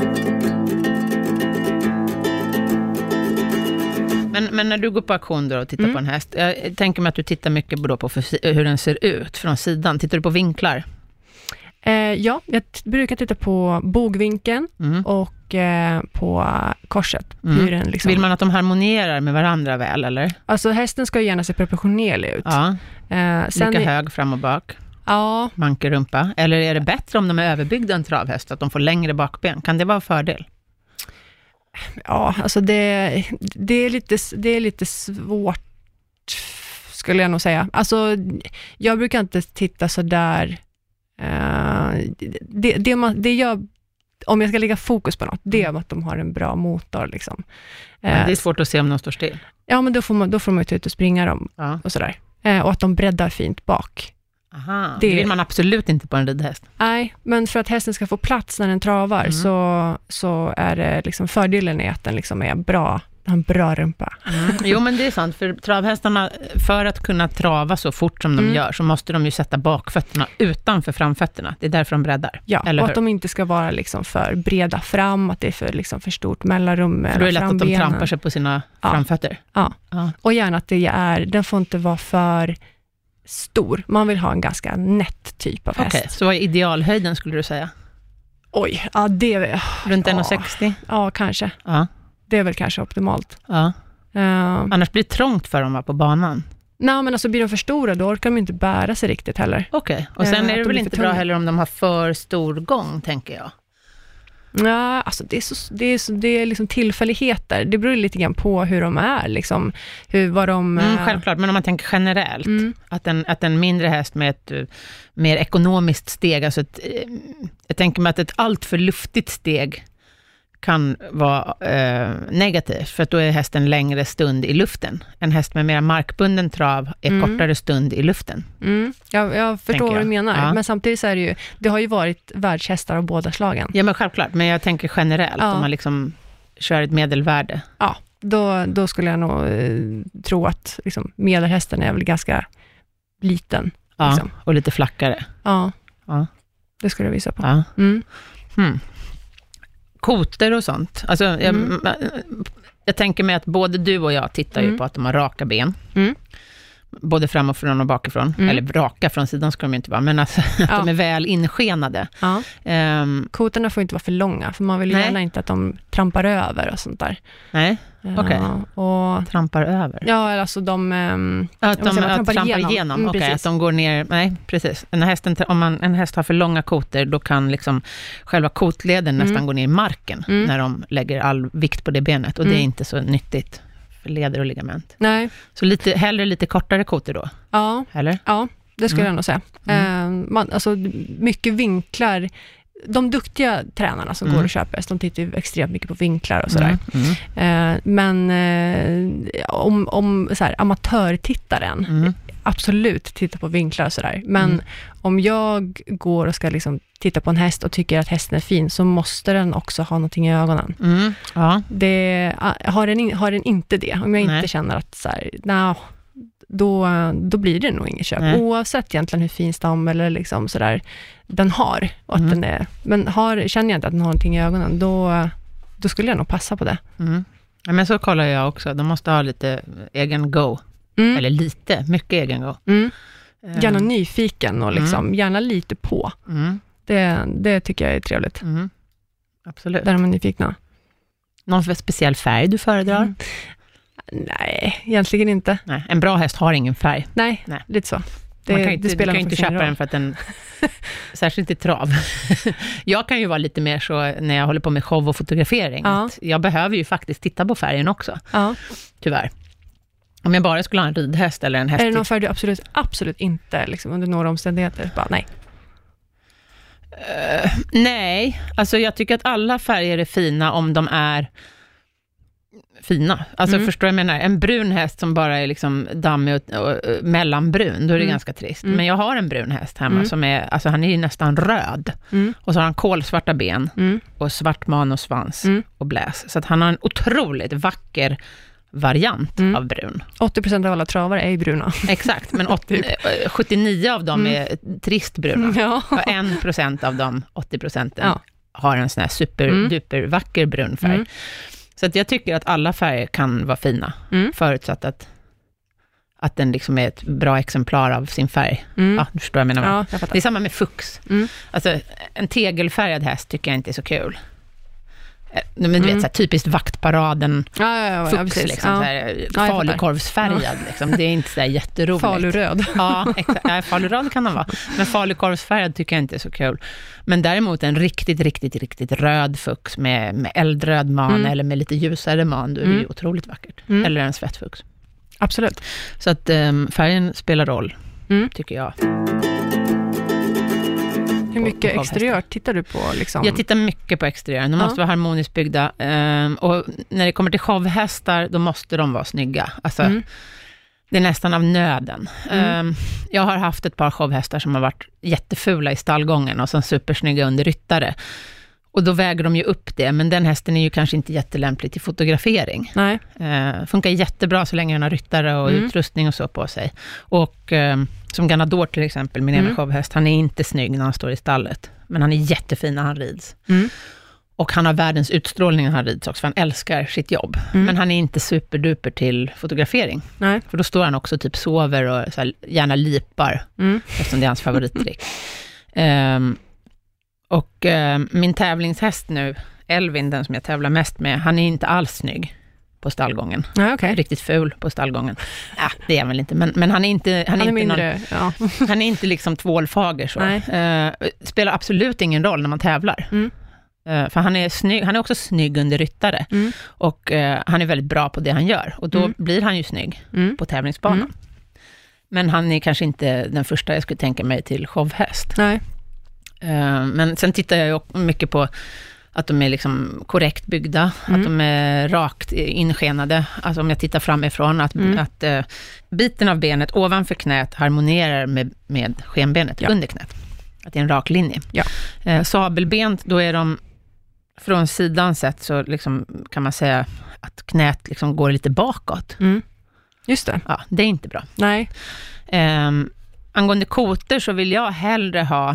Men när du går på auktion då och tittar på en häst, jag tänker mig att du tittar mycket på hur den ser ut från sidan. Tittar du på vinklar? Ja, jag brukar titta på bogvinkeln och på korset. Hur den liksom... Vill man att de harmonierar med varandra väl, eller? Alltså hästen ska gärna se proportionell ut. Ja. Lika hög fram och bak. Ja. Mankerumpa. Eller är det bättre om de är överbyggda en travhäst, att de får längre bakben? Kan det vara en fördel? Ja, alltså det är lite svårt, skulle jag nog säga. Alltså, jag brukar inte titta så där. Det gör, om jag ska lägga fokus på något, det är att de har en bra motor liksom. Det är svårt att se om de står still. Ja, men då får man ut och springa dem och sådär. Och att de breddar fint bak. Aha, det vill man absolut inte på en ridhäst. Nej, men för att hästen ska få plats när den travar så är det liksom, fördelen är att den liksom är bra. En bra rumpa. Jo, men det är sant. För travhästarna, för att kunna trava så fort som de gör, så måste de ju sätta bakfötterna utanför framfötterna. Det är därför de breddar. Ja, eller och att de inte ska vara liksom för breda fram, att det är för stort mellanrum. För då är det lätt att de trampar sig på sina framfötter. Ja, och gärna att den får inte vara för stor. Man vill ha en ganska nätt typ av häst. Okej, så vad är idealhöjden skulle du säga? Oj, det är... Runt 1,60? Ja, kanske. Ja. Det är väl kanske optimalt. Ja. Annars blir det trångt för dem på banan. Nej, men alltså blir de för stora, då orkar de inte bära sig riktigt heller. Okej. Och sen är det väl inte bra heller om de har för stor gång, tänker jag. Ja, alltså det är liksom tillfälligheter. Det beror lite grann på hur de är liksom, vad de... självklart, men om man tänker generellt att en mindre häst med ett mer ekonomiskt steg, alltså jag tänker mig att ett allt för luftigt steg kan vara negativt, för att då är hästen längre stund i luften. En häst med mer markbunden trav är kortare stund i luften. Jag förstår vad du menar, men samtidigt så är det har ju varit världshästar av båda slagen. Ja, men självklart, men jag tänker generellt om man liksom kör ett medelvärde. Ja, då skulle jag nog tro att liksom, medelhästen är väl ganska liten. Ja, liksom. Och lite flackare. Ja. Det skulle jag visa på. Ja. Koter och sånt. Alltså, jag tänker mig att både du och jag tittar ju på att de har raka ben. Både framifrån och bakifrån. Eller raka från sidan ska de inte vara. Men alltså, att de är väl inskenade. Ja. Koterna får inte vara för långa. För man vill gärna inte att de trampar över och sånt där. Nej, okej. Och trampar över? Ja, alltså trampar igenom. Okej, att de går ner. Nej, precis. Om en häst har för långa koter, då kan liksom själva kotleden nästan gå ner i marken när de lägger all vikt på det benet. Och det är inte så nyttigt för leder och ligament. Nej. Så hellre lite kortare koter då? Ja. Eller? Ja, det skulle jag nog säga. Alltså mycket vinklar. De duktiga tränarna som går och köper, de tittar ju extremt mycket på vinklar och sådär. Men om så här, amatörtittaren absolut titta på vinklar och sådär. Men om jag går och ska liksom titta på en häst och tycker att hästen är fin, så måste den också ha någonting i ögonen. Har den inte det, om jag inte känner att så här, då blir det nog inget köp. Oavsett egentligen hur fin stam eller liksom sådär den har. Och att den är, men känner jag inte att den har någonting i ögonen, då skulle jag nog passa på det. Ja, men så kollar jag också. De måste ha lite egen go. Eller mycket egen go. Gärna nyfiken och liksom, gärna lite på. Det tycker jag är trevligt. Absolut. Där är man nyfikna. Någon speciell färg du föredrar? Nej, egentligen inte. Nej, en bra häst har ingen färg. Nej. Lite så. Du kan inte köpa den för att den, särskilt i trav. Jag kan ju vara lite mer så när jag håller på med show och fotografering. Att jag behöver ju faktiskt titta på färgen också. Tyvärr. Om jag bara skulle ha en ridhäst eller en häst. Är det någon färg du absolut inte liksom, under några omständigheter? Bara, nej. Nej, alltså jag tycker att alla färger är fina om de är fina. Alltså förstår jag menar, en brun häst som bara är liksom dammig och mellanbrun, då är det ganska trist. Men jag har en brun häst hemma som är, alltså han är ju nästan röd. Och så har han kolsvarta ben och svart man och svans och bläs. Så att han har en otroligt vacker variant av brun. 80% av alla travare är ju bruna. Exakt, men 79 av dem är trist bruna. Och 1% av de 80% har en sån här superduper vacker brun färg. Så att jag tycker att alla färger kan vara fina, förutsatt att den liksom är ett bra exemplar av sin färg. Ja, du förstår vad jag menar. Det är samma med fux. Alltså, en tegelfärgad häst tycker jag inte är så kul. Men du vet, så här, typiskt vaktparaden fux, liksom, så här, falukorvsfärgad. Liksom. Det är inte så där jätteroligt. Faluröd. Ja, exakt. Faluröd kan den vara. Men falukorvsfärgad tycker jag inte är så kul. Men däremot en riktigt röd fux med eldröd man eller med lite ljusare man, då är det ju otroligt vackert. Eller en svettfux. Absolut. Så att färgen spelar roll, tycker jag. Hur mycket exteriör tittar du på? Liksom? Jag tittar mycket på exteriör. De måste vara harmoniskt byggda. Och när det kommer till showhästar, då måste de vara snygga. Alltså, det är nästan av nöden. Jag har haft ett par showhästar som har varit jättefula i stallgången och sen supersnygga under ryttare. Och då väger de ju upp det. Men den hästen är ju kanske inte jättelämplig till fotografering. Nej. Funkar jättebra så länge den har ryttare och utrustning och så på sig. Och som Ganador till exempel, min ena showhäst, han är inte snygg när han står i stallet. Men han är jättefin när han rids. Och han har världens utstrålning när han rids också, för han älskar sitt jobb. Men han är inte superduper till fotografering. Nej. För då står han också typ sover och så här, gärna lipar. Eftersom det är hans favorittrick. Och min tävlingshäst nu, Elvin, den som jag tävlar mest med, han är inte alls snygg på stallgången. Riktigt ful på stallgången. Det är han väl inte, men han är inte mindre, han är inte liksom tvålfager så. Spelar absolut ingen roll när man tävlar. För han är snygg, han är också snygg under ryttare. Och han är väldigt bra på det han gör, och då blir han ju snygg på tävlingsbanan. Men han är kanske inte den första jag skulle tänka mig till showhäst. Nej. Men sen tittar jag ju mycket på att de är liksom korrekt byggda, att de är rakt inskenade. Alltså om jag tittar framifrån, att biten av benet ovanför knät harmonerar med skenbenet under knät. Att det är en rak linje. Sabelben, då är de från sidan sett så liksom, kan man säga att knät liksom går lite bakåt. Just det. Ja, det är inte bra. Nej. Angående koter så vill jag hellre ha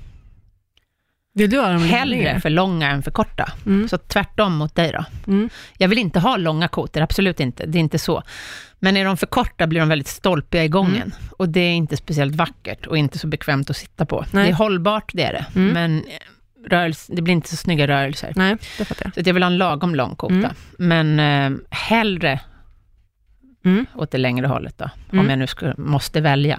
hellre för långa än för korta. Så tvärtom mot dig då. Jag vill inte ha långa koter, absolut inte. Det är inte så. Men är de för korta blir de väldigt stolpiga i gången. Och det är inte speciellt vackert och inte så bekvämt att sitta på. Nej. Det är hållbart, det är det. Men det blir inte så snygga rörelser. Nej, det fattar jag. Så jag vill ha en lagom lång kota. Men hellre åt det längre hållet då. Om jag nu måste välja.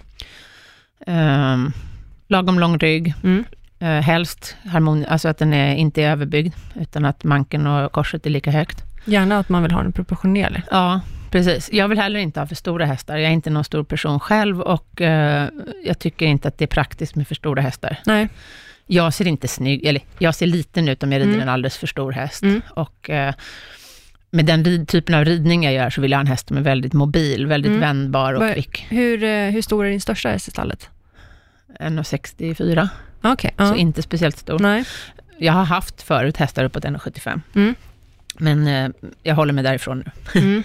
Lagom lång rygg. Helst alltså att den inte är överbyggd, utan att manken och korset är lika högt. Gärna att man vill ha den proportionerlig. Ja, precis. Jag vill heller inte ha för stora hästar. Jag är inte någon stor person själv, och jag tycker inte att det är praktiskt med för stora hästar. Nej. Jag ser inte snygg, eller jag ser liten ut om jag rider en alldeles för stor häst. Och med den typen av ridning jag gör så vill jag ha en häst som är väldigt mobil, väldigt vändbar och kvick. Hur stor är din största häst i stallet? 1,64. Okay, så inte speciellt stor. Nej. Jag har haft förut hästar uppåt 1,75. Men jag håller mig därifrån nu.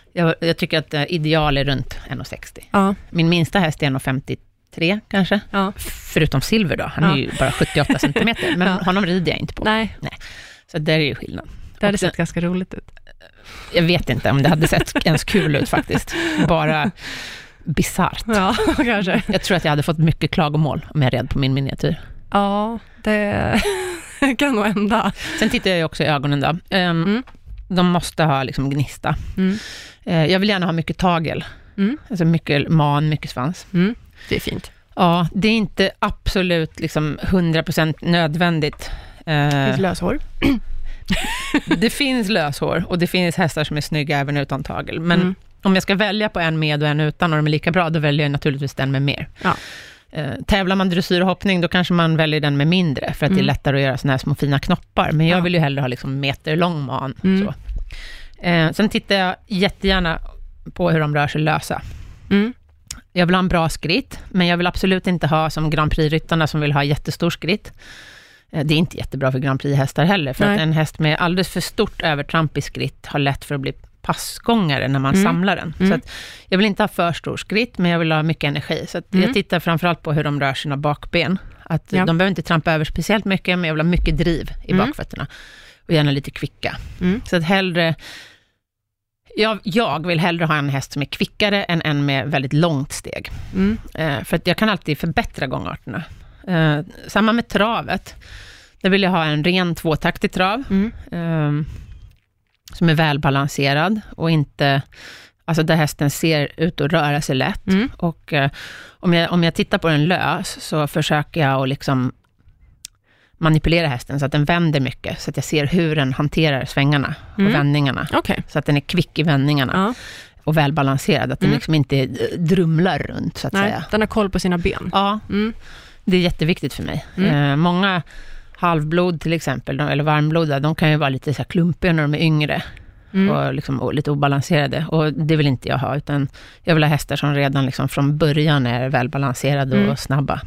Jag tycker att ideal är runt 1,60. Ja. Min minsta häst är 1,53 kanske. Ja. Förutom Silver då. Han är ju bara 78 centimeter. Men honom rider jag inte på. Nej. Så där är ju skillnad. Det hade sett ganska roligt ut. Jag vet inte om det hade sett ens kul ut faktiskt. Bara bizarrt. Ja, kanske. Jag tror att jag hade fått mycket klagomål om jag red på min miniatyr. Ja, det kan nog hända. Sen tittar jag ju också i ögonen då. De måste ha liksom gnista. Jag vill gärna ha mycket tagel. Alltså mycket man, mycket svans. Det är fint. Ja, det är inte absolut liksom 100% nödvändigt. Det finns löshår. Det finns löshår och det finns hästar som är snygga även utan tagel. Men om jag ska välja på en med och en utan och de är lika bra, då väljer jag naturligtvis den med mer. Ja. Tävlar man dressyr och hoppning, då kanske man väljer den med mindre för att det är lättare att göra såna här små fina knoppar. Men jag vill ju hellre ha liksom meterlång man. Så. Sen tittar jag jättegärna på hur de rör sig lösa. Jag vill ha en bra skritt, men jag vill absolut inte ha som Grand Prix-ryttarna som vill ha jättestor skritt. Det är inte jättebra för Grand Prix-hästar heller, för att en häst med alldeles för stort övertramp i skritt har lätt för att bli passgångare när man samlar den. Så att jag vill inte ha för stor skritt, men jag vill ha mycket energi. Så att jag tittar framförallt på hur de rör sina bakben. Att de behöver inte trampa över speciellt mycket, men jag vill ha mycket driv i bakfötterna. Och gärna lite kvicka. Så att hellre... Jag vill hellre ha en häst som är kvickare än en med väldigt långt steg. För att jag kan alltid förbättra gångarterna. Samma med travet. Där vill jag ha en ren tvåtaktig trav. Som är välbalanserad och inte... Alltså där hästen ser ut att röra sig lätt. Och om jag tittar på den lös så försöker jag att liksom manipulera hästen så att den vänder mycket. Så att jag ser hur den hanterar svängarna och vändningarna. Okay. Så att den är kvick i vändningarna. Och välbalanserad. Att den liksom inte drumlar runt så att säga. Den har koll på sina ben. Ja, det är jätteviktigt för mig. Många halvblod till exempel, eller varmblodda, de kan ju vara lite så här klumpiga när de är yngre. Och, liksom, och lite obalanserade. Och det vill inte jag ha, utan jag vill ha hästar som redan liksom från början är välbalanserade och snabba.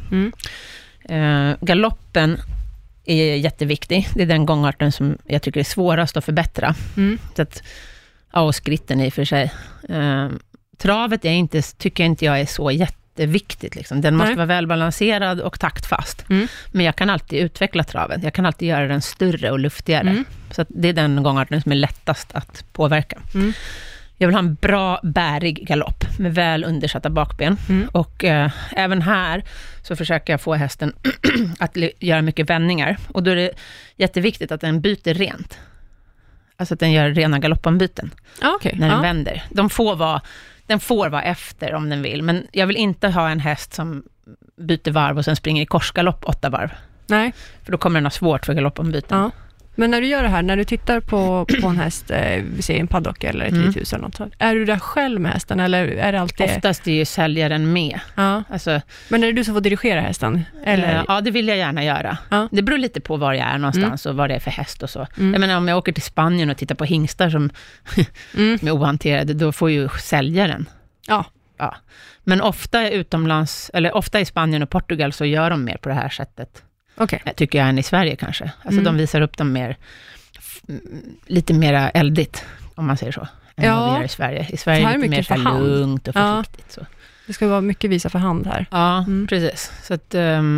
Galoppen är jätteviktig. Det är den gångarten som jag tycker är svårast att förbättra. Så att, och skritten i och för sig. Travet tycker inte jag är så jätteviktigt. Liksom. Den måste vara välbalanserad och taktfast. Men jag kan alltid utveckla travet. Jag kan alltid göra den större och luftigare. Så att det är den gångarten som är lättast att påverka. Jag vill ha en bra bärig galopp med väl undersatta bakben. Och även här så försöker jag få hästen att göra mycket vändningar. Och då är det jätteviktigt att den byter rent. Alltså att den gör rena galoppombyten när den vänder. Den får vara efter om den vill. Men jag vill inte ha en häst som byter varv och sen springer i korsgalopp 8 varv. Nej. För då kommer den ha svårt för galoppombyten. Ja. Men när du gör det här, när du tittar på en häst, vi säger en paddock eller ett ridhus eller något, är du där själv med hästen eller är det alltid... Oftast är ju säljaren med. Ja. Alltså... Men är det du som får dirigera hästen? Eller? Ja, det vill jag gärna göra. Ja. Det beror lite på var jag är någonstans och vad det är för häst och så. Jag menar, om jag åker till Spanien och tittar på hingstar som är ohanterade, då får ju säljaren. Ja. Men ofta utomlands, eller ofta i Spanien och Portugal så gör de mer på det här sättet. Tycker jag än i Sverige kanske. Alltså de visar upp dem mer lite mer eldigt, om man säger så, än vad vi gör i Svärie. I Sverige är det lite mer så lugnt och försiktigt. Så. Det ska vara mycket visa för hand här. Ja, precis. Så att,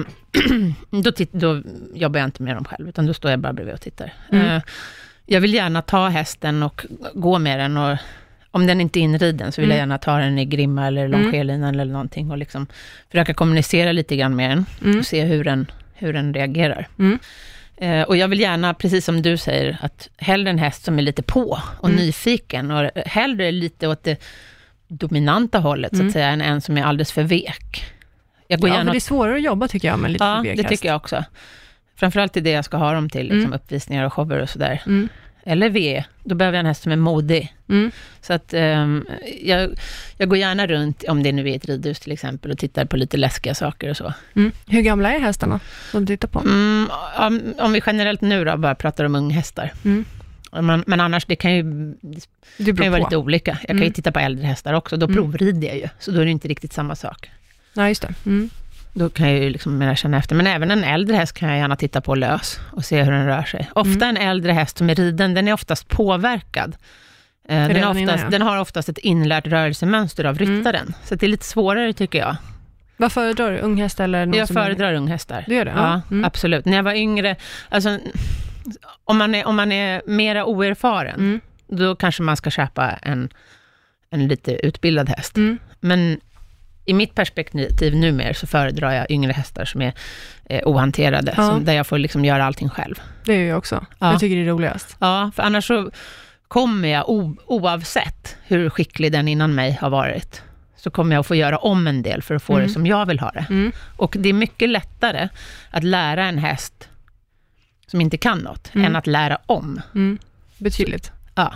då jobbar jag inte med dem själv, utan då står jag bara bredvid och tittar. Jag vill gärna ta hästen och gå med den, och om den inte är inriden så vill jag gärna ta den i grimma eller långskelinan eller någonting och liksom försöka kommunicera lite grann med den och se hur den reagerar. Och jag vill gärna, precis som du säger, att hellre en häst som är lite på och nyfiken, och hellre lite åt det dominanta hållet så att säga, än en som är alldeles för vek. Jag går gärna det är svårare att jobba tycker jag med lite för vek häst. Ja, det tycker jag också. Framförallt är det jag ska ha dem till, liksom uppvisningar och shower och sådär. Eller då behöver jag en häst som är modig. Så att jag går gärna runt, om det nu är ett ridhus till exempel, och tittar på lite läskiga saker och så. Hur gamla är hästarna som du tittar på? Om vi generellt nu då bara pratar om unghästar. Men annars, det kan ju vara lite olika. Jag kan ju titta på äldre hästar också, då provrider jag ju. Så då är det inte riktigt samma sak. Nej, just det. Då kan jag ju liksom mer känna efter. Men även en äldre häst kan jag gärna titta på lös och se hur den rör sig. Ofta en äldre häst som är riden, den är oftast påverkad. Den har oftast ett inlärt rörelsemönster av ryttaren. Så det är lite svårare tycker jag. Vad föredrar du? Unghästar eller någon? Jag föredrar unghästar. Du gör det? Ja, absolut. När jag var yngre, alltså, om man är mera oerfaren, då kanske man ska köpa en lite utbildad häst. Men i mitt perspektiv numera så föredrar jag yngre hästar som är ohanterade, där jag får liksom göra allting själv. Det är jag också. Jag tycker det är roligast. Ja, för annars så kommer jag oavsett hur skicklig den innan mig har varit, så kommer jag att få göra om en del för att få det som jag vill ha det. Och det är mycket lättare att lära en häst som inte kan något än att lära om. Betydligt. Så, ja.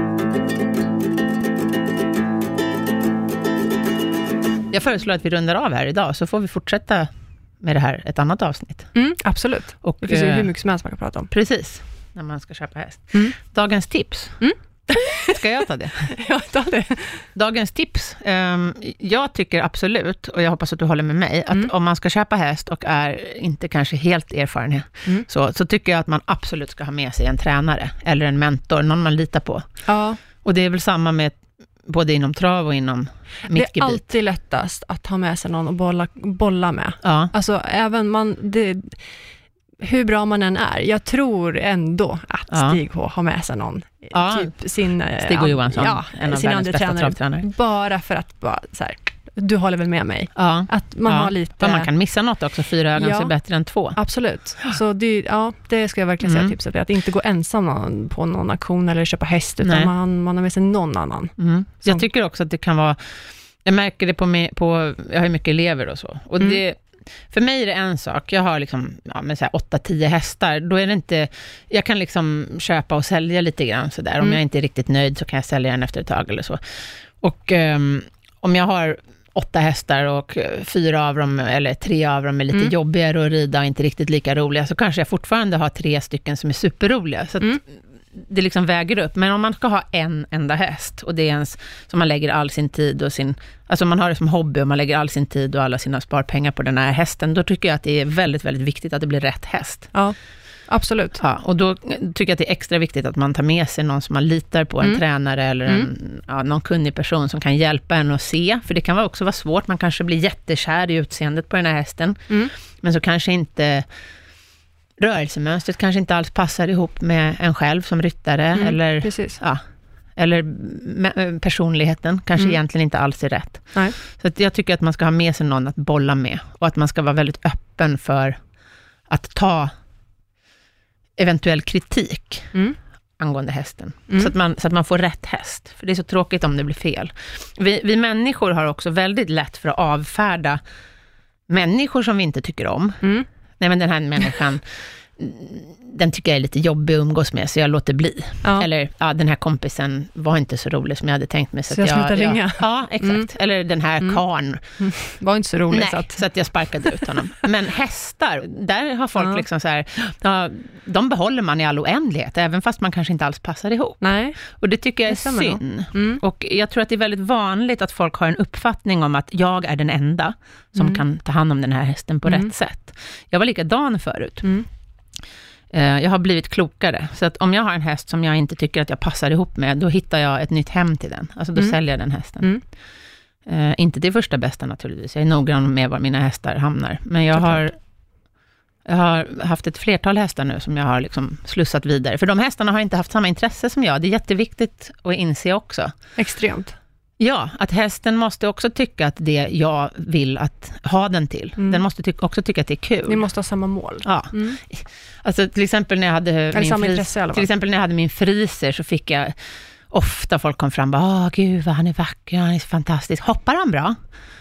Jag föreslår att vi rundar av här idag, så får vi fortsätta med det här ett annat avsnitt. Absolut. Och det finns ju hur mycket som helst man kan prata om. Precis, när man ska köpa häst. Dagens tips. Ska jag ta det? Ja, ta det. Dagens tips. Jag tycker absolut, och jag hoppas att du håller med mig, att om man ska köpa häst och är inte kanske helt erfaren, så tycker jag att man absolut ska ha med sig en tränare eller en mentor, någon man litar på. Ja. Och det är väl samma med både inom trav och inom mitt gebit. Det är alltid lättast att ha med sig någon och bolla med. Ja. Alltså även hur bra man än är. Jag tror ändå att Stig H har med sig någon. Typ sin Stig H. Johansson, en av sin världens bästa travtränare. Bara för att bara så här, du håller väl med mig. Ja. Att man har lite... För man kan missa något också, 4 ögon ser bättre än 2. Absolut. Så det ska jag verkligen säga tipset. Att inte gå ensam på någon auktion eller köpa häst, utan man har med sig någon annan. Jag tycker också att det kan vara... Jag märker det på jag har ju mycket elever och så. Och det... För mig är det en sak. Jag har liksom med så här 8-10 hästar. Då är det inte... Jag kan liksom köpa och sälja lite grann så där. Om jag inte är riktigt nöjd så kan jag sälja den efter ett tag eller så. Och om jag har 8 hästar och 4 av dem eller 3 av dem är lite jobbigare att rida och inte riktigt lika roliga, så kanske jag fortfarande har 3 stycken som är superroliga. Så att det liksom väger upp. Men om man ska ha en enda häst och det är ens som man lägger all sin tid och alltså man har det som hobby och man lägger all sin tid och alla sina sparpengar på den här hästen, då tycker jag att det är väldigt, väldigt viktigt att det blir rätt häst. Ja, absolut. Ja, och då tycker jag att det är extra viktigt att man tar med sig någon som man litar på, en tränare eller någon kunnig person som kan hjälpa en att se, för det kan också vara svårt. Man kanske blir jättekär i utseendet på den här hästen, men så kanske inte rörelsemönstret kanske inte alls passar ihop med en själv som ryttare, eller personligheten kanske egentligen inte alls är rätt. Nej. Så att jag tycker att man ska ha med sig någon att bolla med, och att man ska vara väldigt öppen för att ta eventuell kritik angående hästen. Så att man får rätt häst. För det är så tråkigt om det blir fel. Vi människor har också väldigt lätt för att avfärda människor som vi inte tycker om. Nej, men den här människan, den tycker jag är lite jobbig att umgås med, så jag låter bli. Ja. Eller, den här kompisen var inte så rolig som jag hade tänkt mig. Så jag slutar ringa. Ja, exakt. Eller den här karn var inte så rolig. Nej, så att jag sparkade ut honom. Men hästar, där har folk liksom så här, de behåller man i all oändlighet, även fast man kanske inte alls passar ihop. Nej. Och det tycker jag är synd. Och jag tror att det är väldigt vanligt att folk har en uppfattning om att jag är den enda som kan ta hand om den här hästen på rätt sätt. Jag var likadan förut. Jag har blivit klokare. Så att om jag har en häst som jag inte tycker att jag passar ihop med, då hittar jag ett nytt hem till den. Alltså då säljer jag den hästen. Inte det första bästa naturligtvis. Jag är noggrann med var mina hästar hamnar. Men jag har haft ett flertal hästar nu som jag har liksom slussat vidare. För de hästarna har inte haft samma intresse som jag. Det är jätteviktigt att inse också. Extremt. Ja, att hästen måste också tycka att det jag vill att ha den till. Den måste också tycka att det är kul. Ni måste ha samma mål. Ja. Alltså till exempel när jag hade min friser, så fick jag ofta, folk kom fram och bara, gud vad han är vacker, han är fantastisk. Hoppar han bra?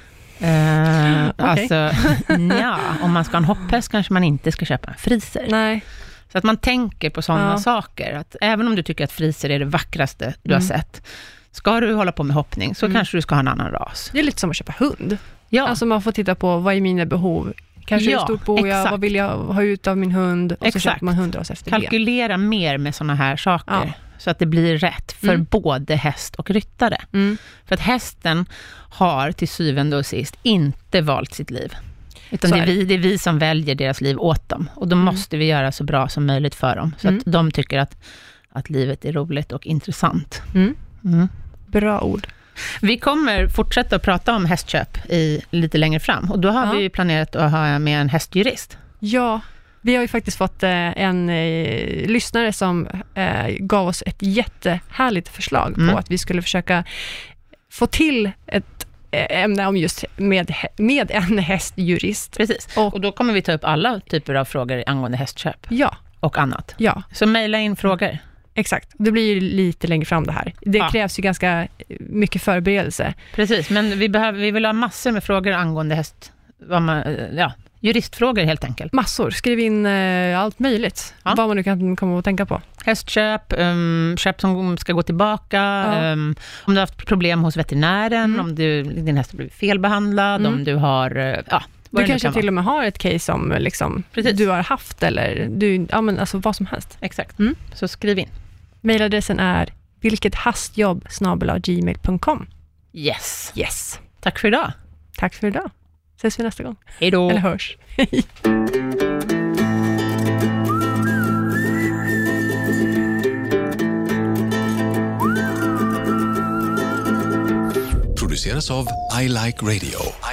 Alltså, om man ska ha en hopphäst kanske man inte ska köpa en friser. Nej. Så att man tänker på sådana saker. Att även om du tycker att friser är det vackraste du har sett, ska du hålla på med hoppning så kanske du ska ha en annan ras. Det är lite som att köpa hund. Ja. Alltså man får titta på, vad är mina behov? Kanske hur stort bor jag? Vad vill jag ha ut av min hund? Och så köper man hundras efter det. Kalkylera mer med såna här saker. Ja. Så att det blir rätt för både häst och ryttare. För att hästen har till syvende och sist inte valt sitt liv. Utan det är vi som väljer deras liv åt dem. Och då måste vi göra så bra som möjligt för dem. Så att de tycker att livet är roligt och intressant. Bra ord. Vi kommer fortsätta att prata om hästköp lite längre fram. Och då har vi planerat att ha med en hästjurist. Ja, vi har ju faktiskt fått en lyssnare som gav oss ett jättehärligt förslag på att vi skulle försöka få till ett ämne om just med en hästjurist. Precis. Och då kommer vi ta upp alla typer av frågor angående hästköp. Ja. Och annat. Ja. Så mejla in frågor. Exakt. Det blir lite längre fram det här. Det krävs ju ganska mycket förberedelse. Precis, men vi vill ha massor med frågor angående juristfrågor helt enkelt. Massor. Skriv in allt möjligt. Vad man nu kan komma att tänka på. Hästköp, köp som ska gå tillbaka, om du har haft problem hos veterinären, om din häst har blivit felbehandlad, om du har... du kanske till och med har ett case som liksom, du har haft eller alltså vad som helst. Exakt. Så skriv in. Mailadressen är vilkethastjobb@gmail.com. Yes. Tack för idag. Tack för idag. Ses vi nästa gång. Hej då. Eller hörs. Hej. Produceras av I Like Radio.